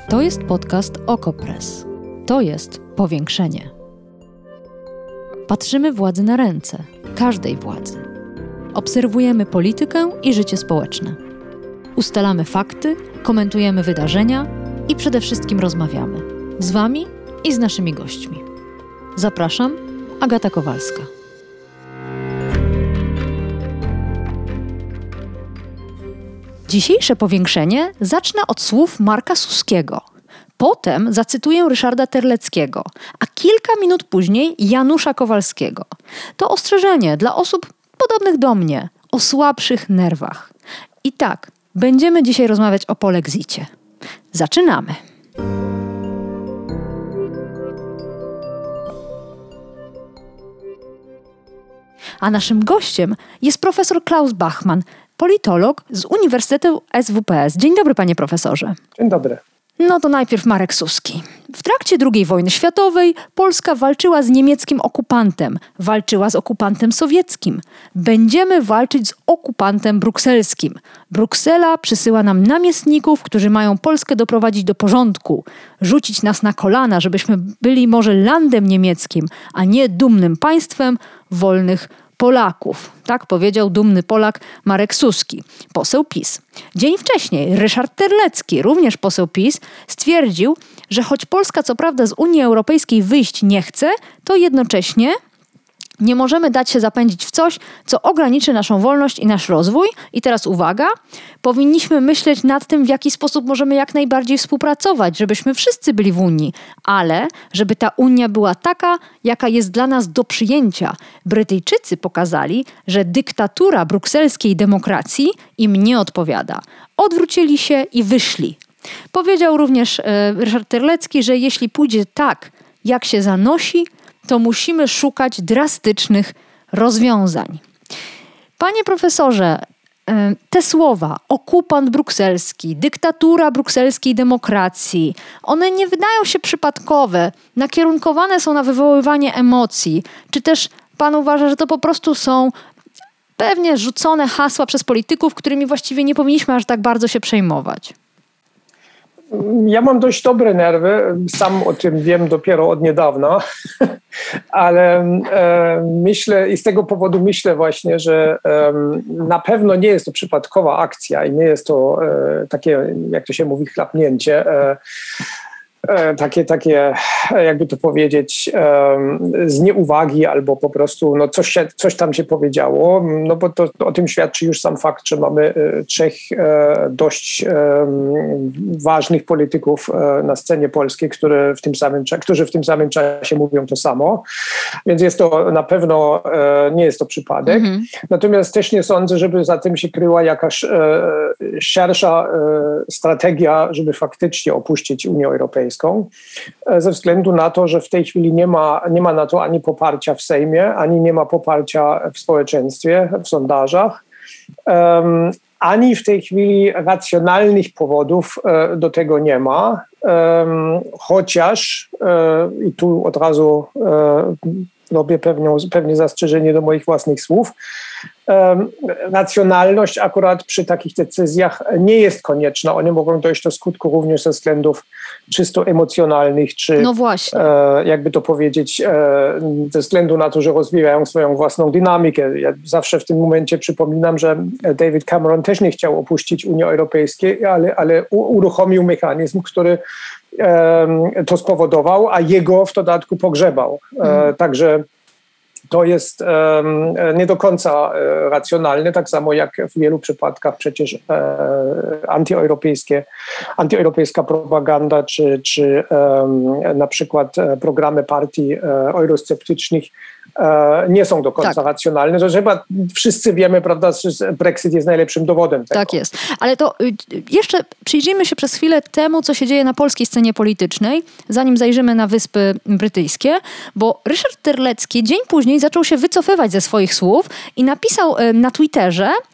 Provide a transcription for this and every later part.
To jest podcast Okopres. To jest powiększenie. Patrzymy władzy na ręce, każdej władzy. Obserwujemy politykę i życie społeczne. Ustalamy fakty, komentujemy wydarzenia i przede wszystkim rozmawiamy. Z Wami i z naszymi gośćmi. Zapraszam, Agata Kowalska. Dzisiejsze powiększenie zacznę od słów Marka Suskiego. Potem zacytuję Ryszarda Terleckiego, a kilka minut później Janusza Kowalskiego. To ostrzeżenie dla osób podobnych do mnie, o słabszych nerwach. I tak, będziemy dzisiaj rozmawiać o polexicie. Zaczynamy! A naszym gościem jest profesor Klaus Bachmann, politolog z Uniwersytetu SWPS. Dzień dobry, panie profesorze. Dzień dobry. No to najpierw Marek Suski. W trakcie II wojny światowej Polska walczyła z niemieckim okupantem, walczyła z okupantem sowieckim. Będziemy walczyć z okupantem brukselskim. Bruksela przysyła nam namiestników, którzy mają Polskę doprowadzić do porządku, rzucić nas na kolana, żebyśmy byli może landem niemieckim, a nie dumnym państwem wolnych Polaków. Tak powiedział dumny Polak Marek Suski, poseł PiS. Dzień wcześniej Ryszard Terlecki, również poseł PiS, stwierdził, że choć Polska co prawda z Unii Europejskiej wyjść nie chce, to jednocześnie nie możemy dać się zapędzić w coś, co ograniczy naszą wolność i nasz rozwój. I teraz uwaga, powinniśmy myśleć nad tym, w jaki sposób możemy jak najbardziej współpracować, żebyśmy wszyscy byli w Unii, ale żeby ta Unia była taka, jaka jest dla nas do przyjęcia. Brytyjczycy pokazali, że dyktatura brukselskiej demokracji im nie odpowiada. Odwrócili się i wyszli. Powiedział również Ryszard Terlecki, że jeśli pójdzie tak, jak się zanosi, to musimy szukać drastycznych rozwiązań. Panie profesorze, te słowa, okupant brukselski, dyktatura brukselskiej demokracji, one nie wydają się przypadkowe, nakierunkowane są na wywoływanie emocji, czy też pan uważa, że to po prostu są pewnie rzucone hasła przez polityków, którymi właściwie nie powinniśmy aż tak bardzo się przejmować? Ja mam dość dobre nerwy, sam o tym wiem dopiero od niedawna, ale myślę i z tego powodu myślę właśnie, że na pewno nie jest to przypadkowa akcja i nie jest to takie, jak to się mówi, chlapnięcie, takie, jakby to powiedzieć, z nieuwagi albo po prostu no coś tam się powiedziało, no bo to o tym świadczy już sam fakt, że mamy trzech dość ważnych polityków na scenie polskiej, którzy w tym samym czasie mówią to samo, więc jest to na pewno, nie jest to przypadek. Natomiast też nie sądzę, żeby za tym się kryła jakaś szersza strategia, żeby faktycznie opuścić Unię Europejską. Ze względu na to, że w tej chwili nie ma na to ani poparcia w Sejmie, ani nie ma poparcia w społeczeństwie, w sondażach, ani w tej chwili racjonalnych powodów do tego nie ma, chociaż i tu od razu robię pewnie zastrzeżenie do moich własnych słów, racjonalność akurat przy takich decyzjach nie jest konieczna. One mogą dojść do skutku również ze względów czysto emocjonalnych, czy no właśnie. Jakby to powiedzieć, ze względu na to, że rozwijają swoją własną dynamikę. Ja zawsze w tym momencie przypominam, że David Cameron też nie chciał opuścić Unii Europejskiej, ale uruchomił mechanizm, który to spowodował, a jego w dodatku pogrzebał. Także to jest nie do końca racjonalne, tak samo jak w wielu przypadkach przecież antyeuropejska propaganda, czy na przykład programy partii eurosceptycznych nie są do końca racjonalne. To chyba wszyscy wiemy, prawda, że Brexit jest najlepszym dowodem tego. Tak jest. Ale to jeszcze przyjrzyjmy się przez chwilę temu, co się dzieje na polskiej scenie politycznej, zanim zajrzymy na Wyspy Brytyjskie, bo Ryszard Terlecki dzień później zaczął się wycofywać ze swoich słów i napisał na Twitterze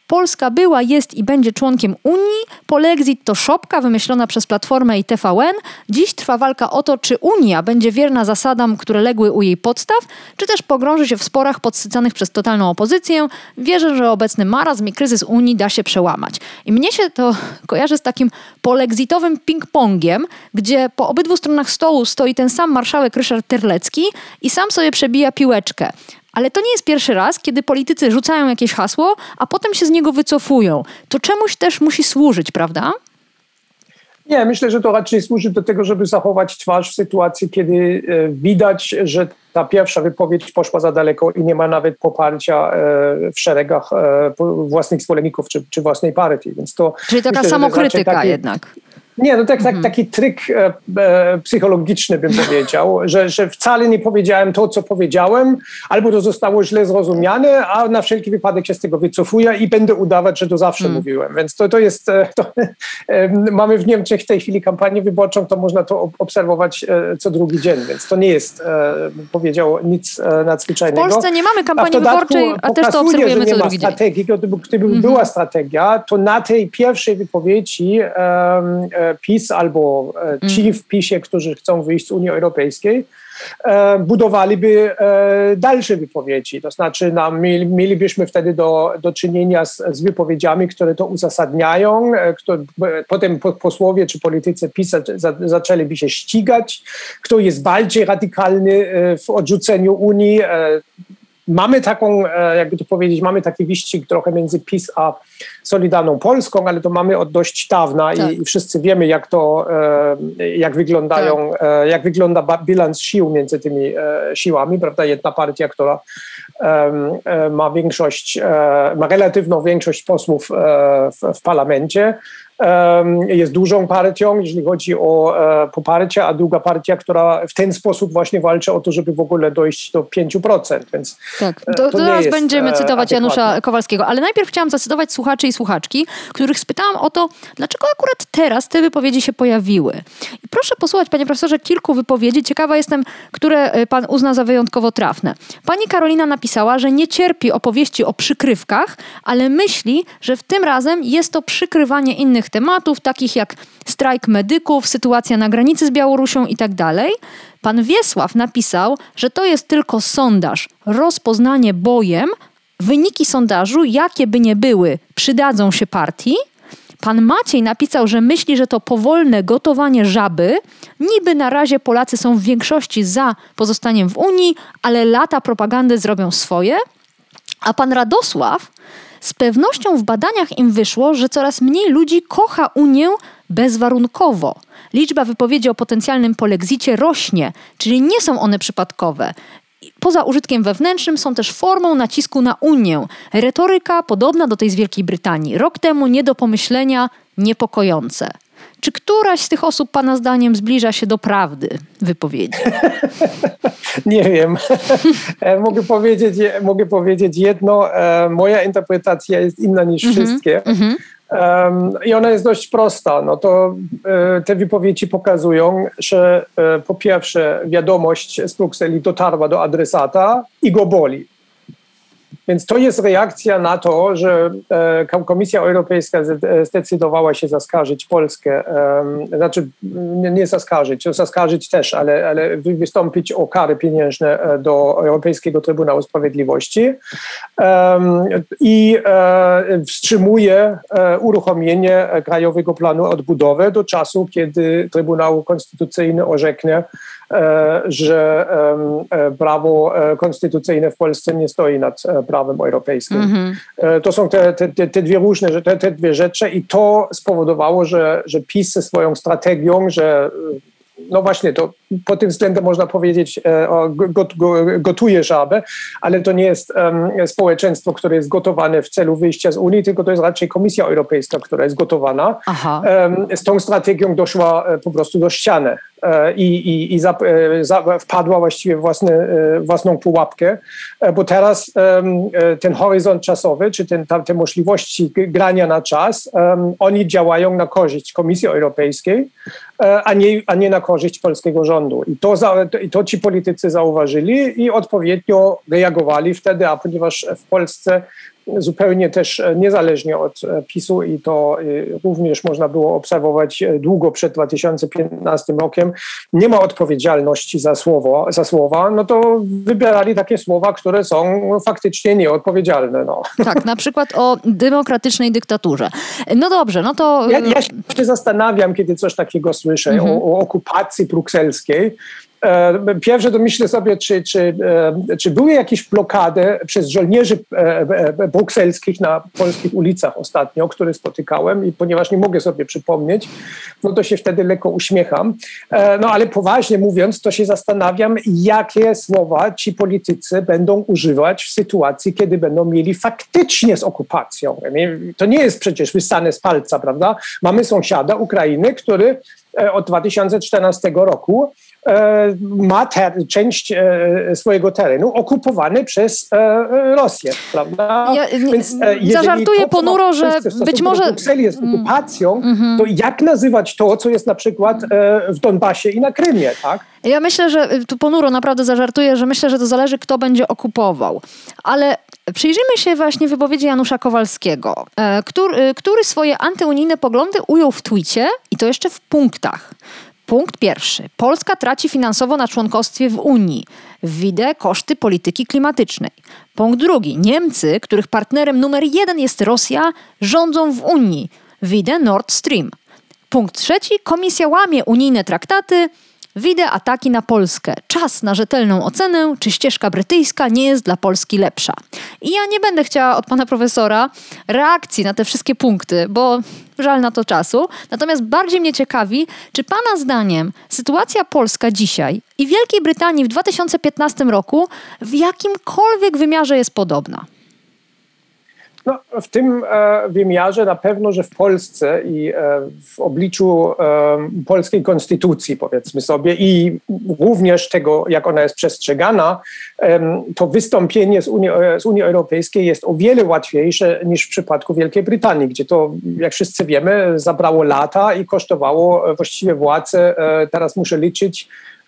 Polska była, jest i będzie członkiem Unii. Polexit to szopka wymyślona przez Platformę i TVN. Dziś trwa walka o to, czy Unia będzie wierna zasadom, które legły u jej podstaw, czy też pogrąży się w sporach podsycanych przez totalną opozycję. Wierzę, że obecny marazm i kryzys Unii da się przełamać. I mnie się to kojarzy z takim polexitowym ping-pongiem, gdzie po obydwu stronach stołu stoi ten sam marszałek Ryszard Terlecki i sam sobie przebija piłeczkę. Ale to nie jest pierwszy raz, kiedy politycy rzucają jakieś hasło, a potem się z niego wycofują. To czemuś też musi służyć, prawda? Nie, myślę, że to raczej służy do tego, żeby zachować twarz w sytuacji, kiedy widać, że ta pierwsza wypowiedź poszła za daleko i nie ma nawet poparcia w szeregach własnych zwolenników czy własnej partii. Więc to czyli taka myślę, samokrytyka jednak. Nie, no taki tryk psychologiczny bym powiedział, że wcale nie powiedziałem to, co powiedziałem, albo to zostało źle zrozumiane, a na wszelki wypadek się z tego wycofuję i będę udawać, że to zawsze mówiłem. Więc to jest, mamy w Niemczech w tej chwili kampanię wyborczą, to można to obserwować co drugi dzień, więc to nie jest, powiedział, nic nadzwyczajnego. W Polsce nie mamy kampanii wyborczej, a też to obserwujemy co drugi dzień. Gdyby była strategia, to na tej pierwszej wypowiedzi PiS albo ci w PiS-ie, którzy chcą wyjść z Unii Europejskiej, budowaliby dalsze wypowiedzi. To znaczy mielibyśmy wtedy do czynienia z wypowiedziami, które to uzasadniają. Potem posłowie czy politycy PiS zaczęliby się ścigać, kto jest bardziej radykalny w odrzuceniu Unii. Mamy taką, jakby to powiedzieć, mamy taki wyścig trochę między PiS a Solidarną Polską, ale to mamy od dość dawna i wszyscy wiemy, jak wygląda bilans sił między tymi siłami, prawda? Jedna partia, która ma relatywną większość posłów w parlamencie, jest dużą partią, jeżeli chodzi o poparcie, a druga partia, która w ten sposób właśnie walczy o to, żeby w ogóle dojść do 5%. Więc tak, to teraz będziemy cytować Janusza Kowalskiego, ale najpierw chciałam zacytować słuchaczy i słuchaczki, których spytałam o to, dlaczego akurat teraz te wypowiedzi się pojawiły. I proszę posłuchać, panie profesorze, kilku wypowiedzi. Ciekawa jestem, które pan uzna za wyjątkowo trafne. Pani Karolina napisała, że nie cierpi opowieści o przykrywkach, ale myśli, że w tym razem jest to przykrywanie innych tematów, takich jak strajk medyków, sytuacja na granicy z Białorusią i tak dalej. Pan Wiesław napisał, że to jest tylko sondaż, rozpoznanie bojem. Wyniki sondażu, jakie by nie były, przydadzą się partii. Pan Maciej napisał, że myśli, że to powolne gotowanie żaby. Niby na razie Polacy są w większości za pozostaniem w Unii, ale lata propagandy zrobią swoje. A pan Radosław z pewnością w badaniach im wyszło, że coraz mniej ludzi kocha Unię bezwarunkowo. Liczba wypowiedzi o potencjalnym polexicie rośnie, czyli nie są one przypadkowe. Poza użytkiem wewnętrznym są też formą nacisku na Unię. Retoryka podobna do tej z Wielkiej Brytanii. Rok temu nie do pomyślenia, niepokojące. Czy któraś z tych osób pana zdaniem zbliża się do prawdy wypowiedzi? Nie wiem. Mogę powiedzieć jedno. Moja interpretacja jest inna niż wszystkie. I ona jest dość prosta. No to te wypowiedzi pokazują, że po pierwsze wiadomość z Brukseli dotarła do adresata i go boli. Więc to jest reakcja na to, że Komisja Europejska zdecydowała się zaskarżyć Polskę, znaczy nie zaskarżyć też, ale wystąpić o kary pieniężne do Europejskiego Trybunału Sprawiedliwości i wstrzymuje uruchomienie Krajowego Planu Odbudowy do czasu, kiedy Trybunał Konstytucyjny orzeknie, że prawo konstytucyjne w Polsce nie stoi nad prawem europejskim. To są te dwie różne, te dwie rzeczy i to spowodowało, że PiS ze swoją strategią, że no właśnie, to pod tym względem można powiedzieć, gotuje żabę, ale to nie jest społeczeństwo, które jest gotowane w celu wyjścia z Unii, tylko to jest raczej Komisja Europejska, która jest gotowana. Z tą strategią doszła po prostu do ściany i wpadła właściwie w własną pułapkę, bo teraz ten horyzont czasowy, czy te możliwości grania na czas, oni działają na korzyść Komisji Europejskiej, a nie na korzyść polskiego rządu. I to ci politycy zauważyli i odpowiednio reagowali wtedy, a ponieważ w Polsce zupełnie też niezależnie od PiS-u i to również można było obserwować długo przed 2015 rokiem, nie ma odpowiedzialności za słowa, no to wybierali takie słowa, które są faktycznie nieodpowiedzialne. No. Tak, na przykład o demokratycznej dyktaturze. No dobrze, no to... Ja się zastanawiam, kiedy coś takiego słyszę o okupacji brukselskiej. Pierwsze to myślę sobie, czy były jakieś blokady przez żołnierzy brukselskich na polskich ulicach ostatnio, które spotykałem i ponieważ nie mogę sobie przypomnieć, no to się wtedy lekko uśmiecham. No ale poważnie mówiąc, to się zastanawiam, jakie słowa ci politycy będą używać w sytuacji, kiedy będą mieli faktycznie z okupacją. To nie jest przecież wysane z palca, prawda? Mamy sąsiada Ukrainy, który od 2014 roku ma część swojego terenu okupowany przez Rosję, prawda? Więc zażartuję ponuro, że być może... Brukseli jest okupacją, to jak nazywać to, co jest na przykład w Donbasie i na Krymie, tak? Ja myślę, że tu ponuro naprawdę zażartuję, że myślę, że to zależy, kto będzie okupował. Ale przyjrzyjmy się właśnie wypowiedzi Janusza Kowalskiego, który swoje antyunijne poglądy ujął w twicie i to jeszcze w punktach. Punkt pierwszy. Polska traci finansowo na członkostwie w Unii. Widzę koszty polityki klimatycznej. Punkt drugi. Niemcy, których partnerem numer 1 jest Rosja, rządzą w Unii. Widzę Nord Stream. Punkt trzeci. Komisja łamie unijne traktaty. Widzę ataki na Polskę. Czas na rzetelną ocenę, czy ścieżka brytyjska nie jest dla Polski lepsza. I ja nie będę chciała od pana profesora reakcji na te wszystkie punkty, bo żal na to czasu. Natomiast bardziej mnie ciekawi, czy pana zdaniem sytuacja polska dzisiaj i Wielkiej Brytanii w 2015 roku w jakimkolwiek wymiarze jest podobna? No, w tym wymiarze na pewno, że w Polsce i w obliczu polskiej konstytucji, powiedzmy sobie, i również tego, jak ona jest przestrzegana, to wystąpienie z Unii Europejskiej jest o wiele łatwiejsze niż w przypadku Wielkiej Brytanii, gdzie to, jak wszyscy wiemy, zabrało lata i kosztowało właściwie władze, teraz muszę liczyć,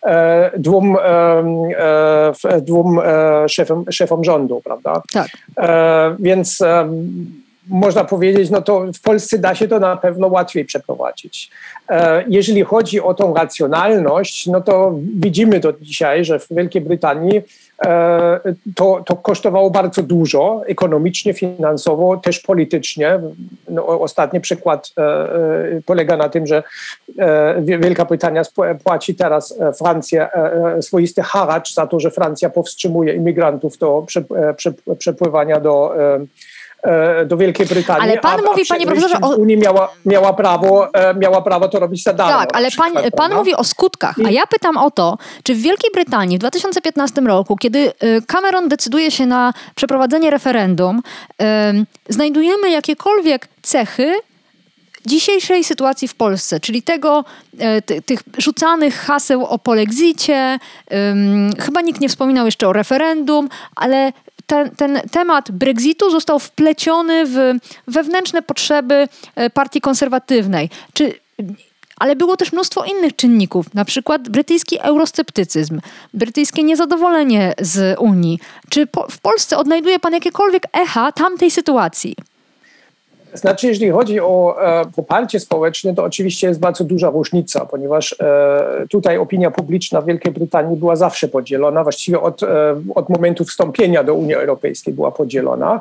dwóm szefom rządu, prawda? Tak. Więc można powiedzieć, no to w Polsce da się to na pewno łatwiej przeprowadzić. Jeżeli chodzi o tą racjonalność, no to widzimy to dzisiaj, że w Wielkiej Brytanii to kosztowało bardzo dużo ekonomicznie, finansowo, też politycznie. No, ostatni przykład polega na tym, że Wielka Brytania płaci teraz Francję swoisty haracz za to, że Francja powstrzymuje imigrantów do przepływania do Wielkiej Brytanii. Ale pan mówi, panie profesorze, o Unii miała prawo to robić za darmo. Tak, ale pan mówi o skutkach, a ja pytam o to, czy w Wielkiej Brytanii w 2015 roku, kiedy Cameron decyduje się na przeprowadzenie referendum, znajdujemy jakiekolwiek cechy dzisiejszej sytuacji w Polsce, czyli tych rzucanych haseł o polexicie, chyba nikt nie wspominał jeszcze o referendum, ale ten temat Brexitu został wpleciony w wewnętrzne potrzeby partii konserwatywnej. Ale było też mnóstwo innych czynników, na przykład brytyjski eurosceptycyzm, brytyjskie niezadowolenie z Unii. Czy w Polsce odnajduje pan jakiekolwiek echa tamtej sytuacji? Znaczy, jeżeli chodzi o poparcie społeczne, to oczywiście jest bardzo duża różnica, ponieważ tutaj opinia publiczna w Wielkiej Brytanii była zawsze podzielona, właściwie od momentu wstąpienia do Unii Europejskiej była podzielona.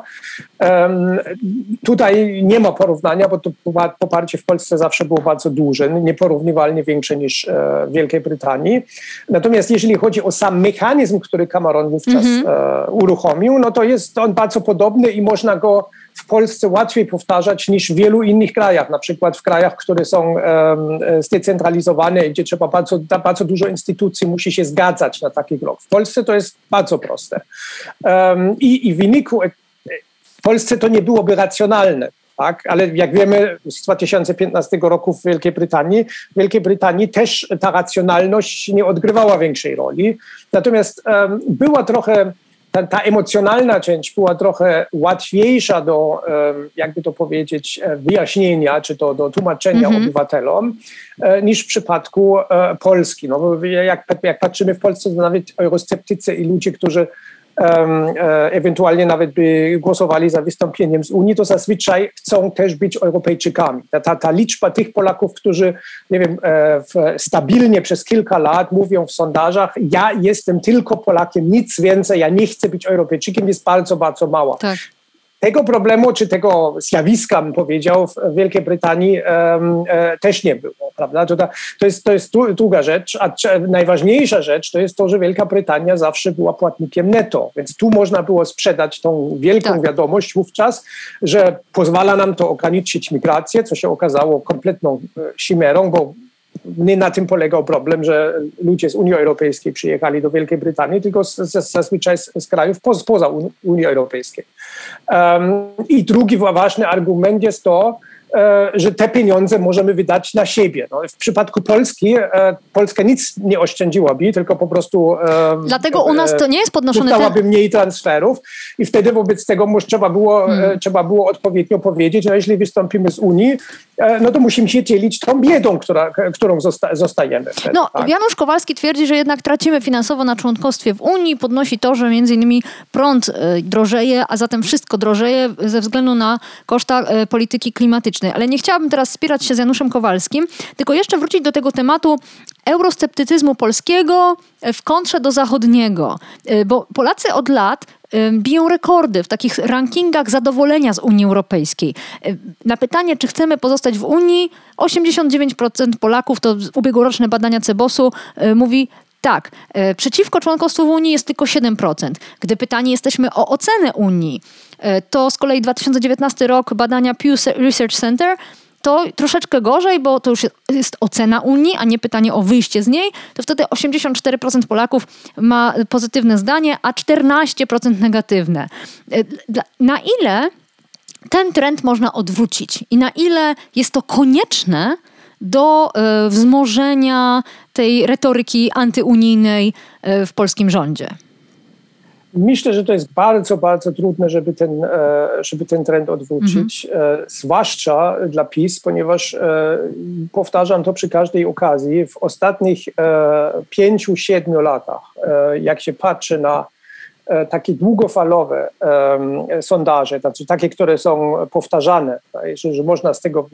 Tutaj nie ma porównania, bo to poparcie w Polsce zawsze było bardzo duże, nieporównywalnie większe niż w Wielkiej Brytanii. Natomiast jeżeli chodzi o sam mechanizm, który Cameron wówczas uruchomił, no to jest on bardzo podobny i można go w Polsce łatwiej powtarzać niż w wielu innych krajach, na przykład w krajach, które są zdecentralizowane, gdzie trzeba bardzo dużo instytucji musi się zgadzać na taki krok. W Polsce to jest bardzo proste. I w wyniku w Polsce to nie byłoby racjonalne. Tak? Ale jak wiemy z 2015 roku w Wielkiej Brytanii też ta racjonalność nie odgrywała większej roli. Natomiast była trochę ta emocjonalna część była trochę łatwiejsza do, jakby to powiedzieć, wyjaśnienia, czy to do tłumaczenia obywatelom, niż w przypadku Polski. No, bo jak patrzymy w Polsce, to nawet eurosceptycy i ludzie, którzy ewentualnie nawet by głosowali za wystąpieniem z Unii, to zazwyczaj chcą też być Europejczykami. Ta liczba tych Polaków, którzy, nie wiem, stabilnie przez kilka lat mówią w sondażach, ja jestem tylko Polakiem, nic więcej, ja nie chcę być Europejczykiem, jest bardzo, bardzo mała. Tak. Tego problemu, czy tego zjawiska, bym powiedział, w Wielkiej Brytanii też nie było, prawda? To jest druga rzecz, a najważniejsza rzecz to jest to, że Wielka Brytania zawsze była płatnikiem netto, więc tu można było sprzedać tą wielką wiadomość wówczas, że pozwala nam to ograniczyć migrację, co się okazało kompletną chimerą, bo nie na tym polegał problem, że ludzie z Unii Europejskiej przyjechali do Wielkiej Brytanii, tylko zazwyczaj z krajów spoza Unii Europejskiej. I drugi ważny argument jest to, że te pieniądze możemy wydać na siebie. No, w przypadku Polski, Polska nic nie oszczędziłaby, tylko po prostu dlatego u nas to nie jest podnoszone. Dostałaby mniej transferów i wtedy wobec tego trzeba było odpowiednio powiedzieć, no jeśli wystąpimy z Unii, no to musimy się dzielić tą biedą, którą zostajemy. Wtedy, no, tak? Janusz Kowalski twierdzi, że jednak tracimy finansowo na członkostwie w Unii, podnosi to, że między innymi prąd drożeje, a zatem wszystko drożeje ze względu na koszta polityki klimatycznej. Ale nie chciałabym teraz spierać się z Januszem Kowalskim, tylko jeszcze wrócić do tego tematu eurosceptycyzmu polskiego w kontrze do zachodniego. Bo Polacy od lat biją rekordy w takich rankingach zadowolenia z Unii Europejskiej. Na pytanie, czy chcemy pozostać w Unii, 89% Polaków, to ubiegłoroczne badania CEBOS-u, mówi tak. Przeciwko członkostwu w Unii jest tylko 7%. Gdy pytani jesteśmy o ocenę Unii, to z kolei 2019 rok badania Pew Research Center to troszeczkę gorzej, bo to już jest ocena Unii, a nie pytanie o wyjście z niej, to wtedy 84% Polaków ma pozytywne zdanie, a 14% negatywne. Na ile ten trend można odwrócić i na ile jest to konieczne do wzmożenia tej retoryki antyunijnej w polskim rządzie? Myślę, że to jest bardzo, bardzo trudne, żeby ten trend odwrócić, zwłaszcza dla PiS, ponieważ powtarzam to przy każdej okazji, w ostatnich 5-7 latach, jak się patrzy na takie długofalowe sondaże, takie, które są powtarzane, że można z tego,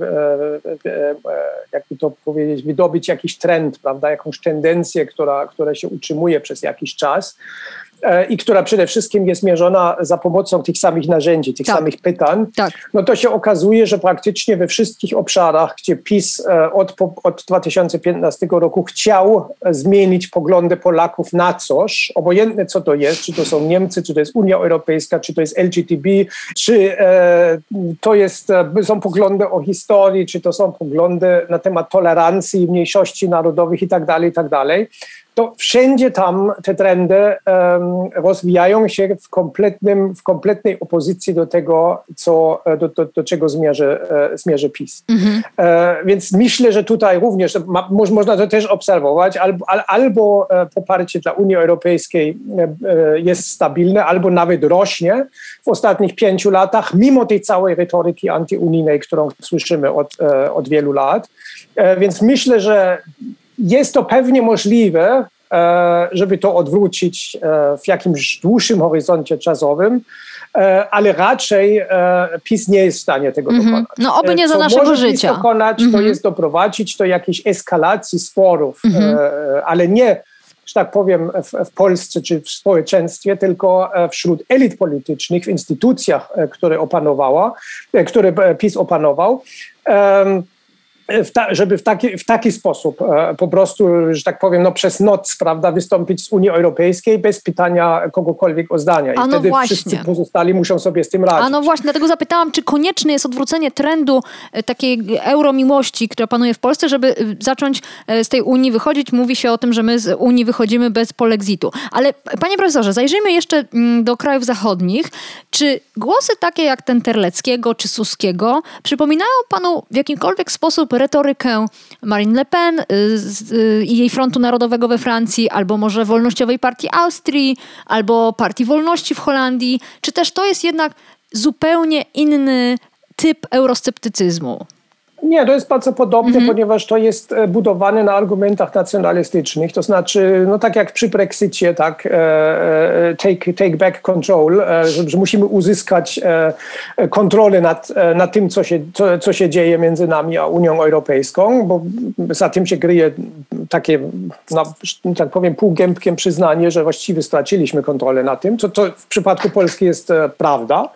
jakby to powiedzieć, wydobyć jakiś trend, prawda, jakąś tendencję, która się utrzymuje przez jakiś czas, i która przede wszystkim jest mierzona za pomocą tych samych narzędzi, tych samych pytań, no to się okazuje, że praktycznie we wszystkich obszarach, gdzie PiS od 2015 roku chciał zmienić poglądy Polaków na coś, obojętne co to jest, czy to są Niemcy, czy to jest Unia Europejska, czy to jest LGBT, czy to są poglądy o historii, czy to są poglądy na temat tolerancji, mniejszości narodowych i tak dalej, to wszędzie tam te trendy rozwijają się w kompletnej opozycji do tego, do czego zmierzy PiS. Więc myślę, że tutaj również można to też obserwować, albo poparcie dla Unii Europejskiej jest stabilne, albo nawet rośnie w ostatnich 5 latach, mimo tej całej retoryki antyunijnej, którą słyszymy od wielu lat. Więc myślę, że jest to pewnie możliwe, żeby to odwrócić w jakimś dłuższym horyzoncie czasowym, ale raczej PiS nie jest w stanie tego dokonać. No oby nie za naszego życia. PiS dokonać, to jest doprowadzić do jakiejś eskalacji sporów, ale nie, że tak powiem, w Polsce czy w społeczeństwie, tylko wśród elit politycznych, w instytucjach, które PiS opanował, żeby w taki sposób po prostu, że tak powiem, przez noc, prawda, wystąpić z Unii Europejskiej bez pytania kogokolwiek o zdania. I wtedy wszyscy pozostali muszą sobie z tym radzić. A no właśnie, dlatego zapytałam, czy konieczne jest odwrócenie trendu takiej euromiłości, która panuje w Polsce, żeby zacząć z tej Unii wychodzić. Mówi się o tym, że my z Unii wychodzimy bez polexitu. Ale panie profesorze, zajrzyjmy jeszcze do krajów zachodnich. Czy głosy takie jak ten Terleckiego czy Suskiego przypominają panu w jakimkolwiek sposób retorykę Marine Le Pen i jej Frontu Narodowego we Francji, albo może Wolnościowej Partii Austrii, albo Partii Wolności w Holandii? Czy też to jest jednak zupełnie inny typ eurosceptycyzmu? Nie, to jest bardzo podobne, ponieważ to jest budowane na argumentach nacjonalistycznych. To znaczy, no tak jak przy Brexicie, tak, take back control, że musimy uzyskać kontrolę nad tym, co się dzieje między nami a Unią Europejską, bo za tym się kryje takie, no, tak powiem, półgębkiem przyznanie, że właściwie straciliśmy kontrolę nad tym, co w przypadku Polski jest prawda.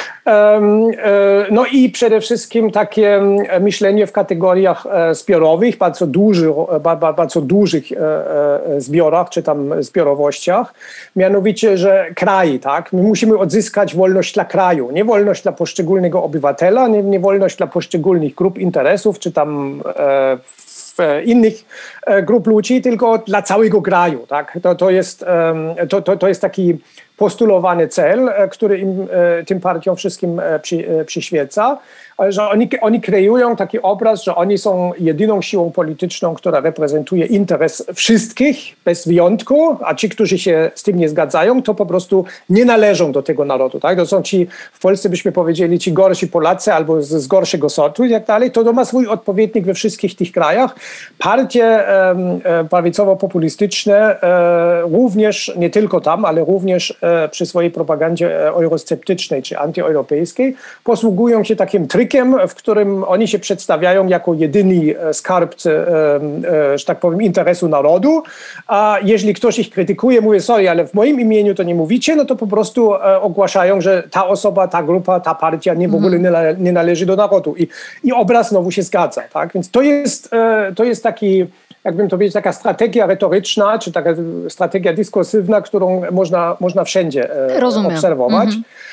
No i przede wszystkim takie myślenie w kategoriach zbiorowych, bardzo dużych zbiorach, czy tam zbiorowościach, mianowicie, że kraj, tak, my musimy odzyskać wolność dla kraju, nie wolność dla poszczególnego obywatela, nie wolność dla poszczególnych grup interesów, czy tam innych grup ludzi, tylko dla całego kraju. Tak? To jest taki postulowany cel, który tym partiom wszystkim przyświeca, że oni kreują taki obraz, że oni są jedyną siłą polityczną, która reprezentuje interes wszystkich bez wyjątku, a ci, którzy się z tym nie zgadzają, to po prostu nie należą do tego narodu. Tak? To są ci, w Polsce byśmy powiedzieli, ci gorsi Polacy albo z gorszego sortu i tak dalej. To ma swój odpowiednik we wszystkich tych krajach. Partie prawicowo-populistyczne również, nie tylko tam, ale również przy swojej propagandzie eurosceptycznej czy antyeuropejskiej posługują się takim trykiem, w którym oni się przedstawiają jako jedyni skarbcy, że tak powiem, interesu narodu, a jeżeli ktoś ich krytykuje, mówi, sorry, ale w moim imieniu to nie mówicie, no to po prostu ogłaszają, że ta osoba, ta grupa, ta partia w ogóle nie należy do narodu i obraz znowu się zgadza. Tak? Więc to jest taki, jakbym to powiedzieć, taka strategia retoryczna, czy taka strategia dyskursywna, którą można wszędzie obserwować.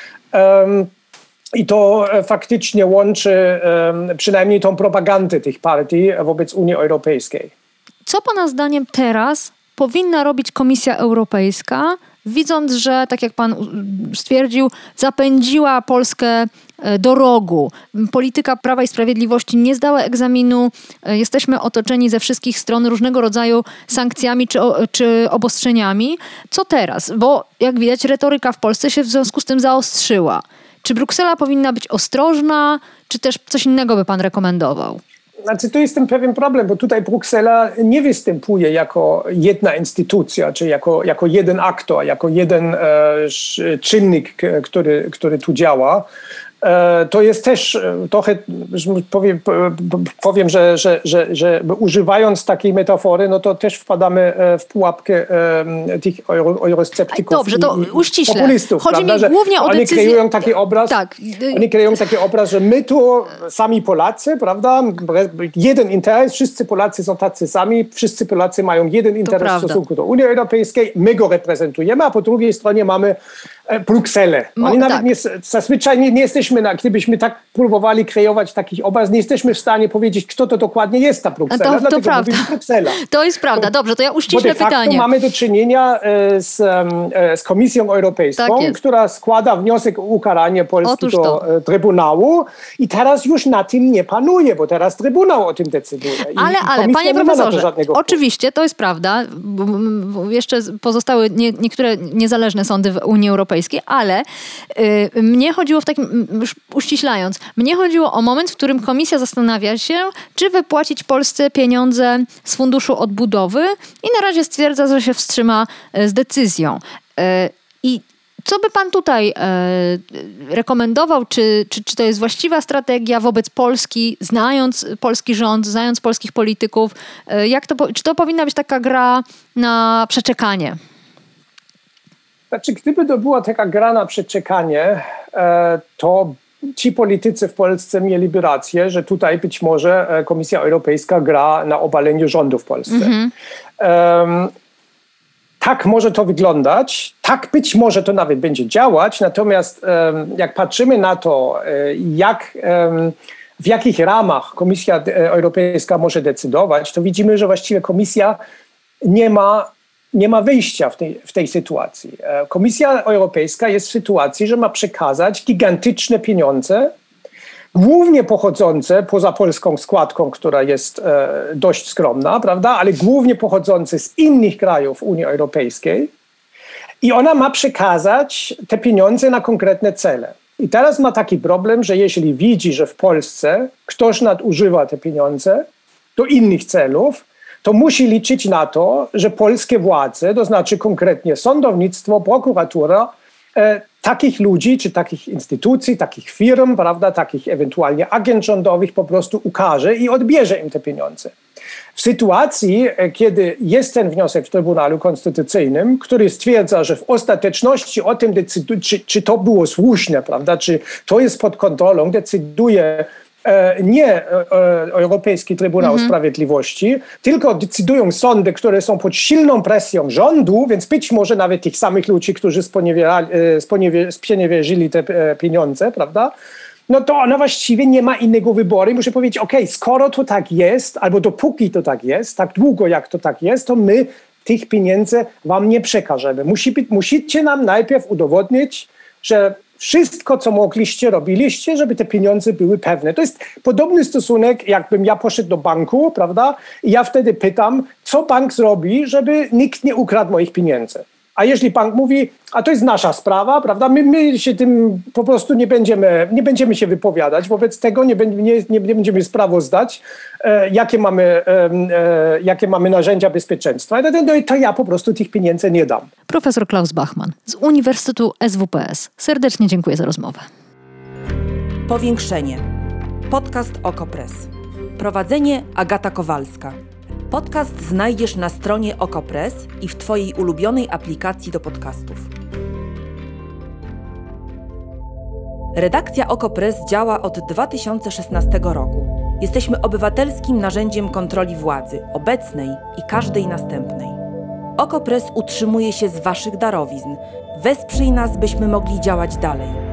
I to faktycznie łączy przynajmniej tą propagandę tych partii wobec Unii Europejskiej. Co pana zdaniem teraz powinna robić Komisja Europejska, widząc, że, tak jak pan stwierdził, zapędziła Polskę do rogu. Polityka Prawa i Sprawiedliwości nie zdała egzaminu. Jesteśmy otoczeni ze wszystkich stron różnego rodzaju sankcjami czy obostrzeniami. Co teraz? Bo jak widać, retoryka w Polsce się w związku z tym zaostrzyła. Czy Bruksela powinna być ostrożna, czy też coś innego by pan rekomendował? Znaczy, tu jest ten pewien problem, bo tutaj Bruksela nie występuje jako jedna instytucja, czy jako jeden aktor, jako jeden czynnik, który tu działa. To jest też trochę, powiem, że używając takiej metafory, no to też wpadamy w pułapkę tych eurosceptyków. Dobrze, to uściśle. Populistów. Chodzi mi głównie o decyzję. Oni kreują taki obraz, oni kreują taki obraz, że my tu sami Polacy, prawda, jeden interes, wszyscy Polacy są tacy sami, wszyscy Polacy mają jeden interes w stosunku do Unii Europejskiej, my go reprezentujemy, a po drugiej stronie mamy Brukselę. Oni nawet zazwyczaj nie jesteśmy, gdybyśmy tak próbowali kreować taki obraz, nie jesteśmy w stanie powiedzieć, kto to dokładnie jest ta Bruksela, dlatego mówimy Bruksela. To jest prawda. Dobrze, to ja uściślę pytanie. Bo de facto mamy do czynienia z Komisją Europejską, która składa wniosek o ukaranie Polski do Trybunału i teraz już na tym nie panuje, bo teraz Trybunał o tym decyduje. Ale panie profesorze, oczywiście, to jest prawda, bo jeszcze pozostały niektóre niezależne sądy w Unii Europejskiej, ale mnie chodziło już uściślając, mnie chodziło o moment, w którym komisja zastanawia się, czy wypłacić Polsce pieniądze z Funduszu Odbudowy i na razie stwierdza, że się wstrzyma z decyzją. I co by pan tutaj rekomendował? Czy to jest właściwa strategia wobec Polski, znając polski rząd, znając polskich polityków? Czy to powinna być taka gra na przeczekanie? Znaczy, gdyby to była taka gra na przeczekanie, to ci politycy w Polsce mieliby rację, że tutaj być może Komisja Europejska gra na obaleniu rządu w Polsce. Tak może to wyglądać, tak być może to nawet będzie działać, natomiast jak patrzymy na to, w jakich ramach Komisja Europejska może decydować, to widzimy, że właściwie Komisja nie ma wyjścia w tej sytuacji. Komisja Europejska jest w sytuacji, że ma przekazać gigantyczne pieniądze, głównie pochodzące, poza polską składką, która jest dość skromna, prawda, ale głównie pochodzące z innych krajów Unii Europejskiej i ona ma przekazać te pieniądze na konkretne cele. I teraz ma taki problem, że jeśli widzi, że w Polsce ktoś nadużywa te pieniądze do innych celów, to musi liczyć na to, że polskie władze, to znaczy konkretnie sądownictwo, prokuratura, takich ludzi, czy takich instytucji, takich firm, prawda, takich ewentualnie agent rządowych po prostu ukaże i odbierze im te pieniądze. W sytuacji, kiedy jest ten wniosek w Trybunale Konstytucyjnym, który stwierdza, że w ostateczności o tym decyduje, czy to było słuszne, prawda, czy to jest pod kontrolą, decyduje nie Europejski Trybunał Sprawiedliwości, tylko decydują sądy, które są pod silną presją rządu, więc być może nawet tych samych ludzi, którzy sprzeniewierzyli te pieniądze, prawda? No to ona właściwie nie ma innego wyboru. Muszę powiedzieć, skoro to tak jest, albo dopóki to tak jest, tak długo jak to tak jest, to my tych pieniędzy wam nie przekażemy. Musicie nam najpierw udowodnić, że wszystko, co mogliście, robiliście, żeby te pieniądze były pewne. To jest podobny stosunek, jakbym ja poszedł do banku, prawda? I ja wtedy pytam, co bank zrobi, żeby nikt nie ukradł moich pieniędzy. A jeśli bank mówi, a to jest nasza sprawa, prawda? My się tym po prostu nie będziemy się wypowiadać, wobec tego nie będziemy sprawozdać, jakie mamy narzędzia bezpieczeństwa. To ja po prostu tych pieniędzy nie dam. Profesor Klaus Bachmann z Uniwersytetu SWPS. Serdecznie dziękuję za rozmowę. Powiększenie. Podcast OKO.press. Prowadzenie Agata Kowalska. Podcast znajdziesz na stronie OKO.press i w Twojej ulubionej aplikacji do podcastów. Redakcja OKO.press działa od 2016 roku. Jesteśmy obywatelskim narzędziem kontroli władzy, obecnej i każdej następnej. OKO.press utrzymuje się z Waszych darowizn. Wesprzyj nas, byśmy mogli działać dalej.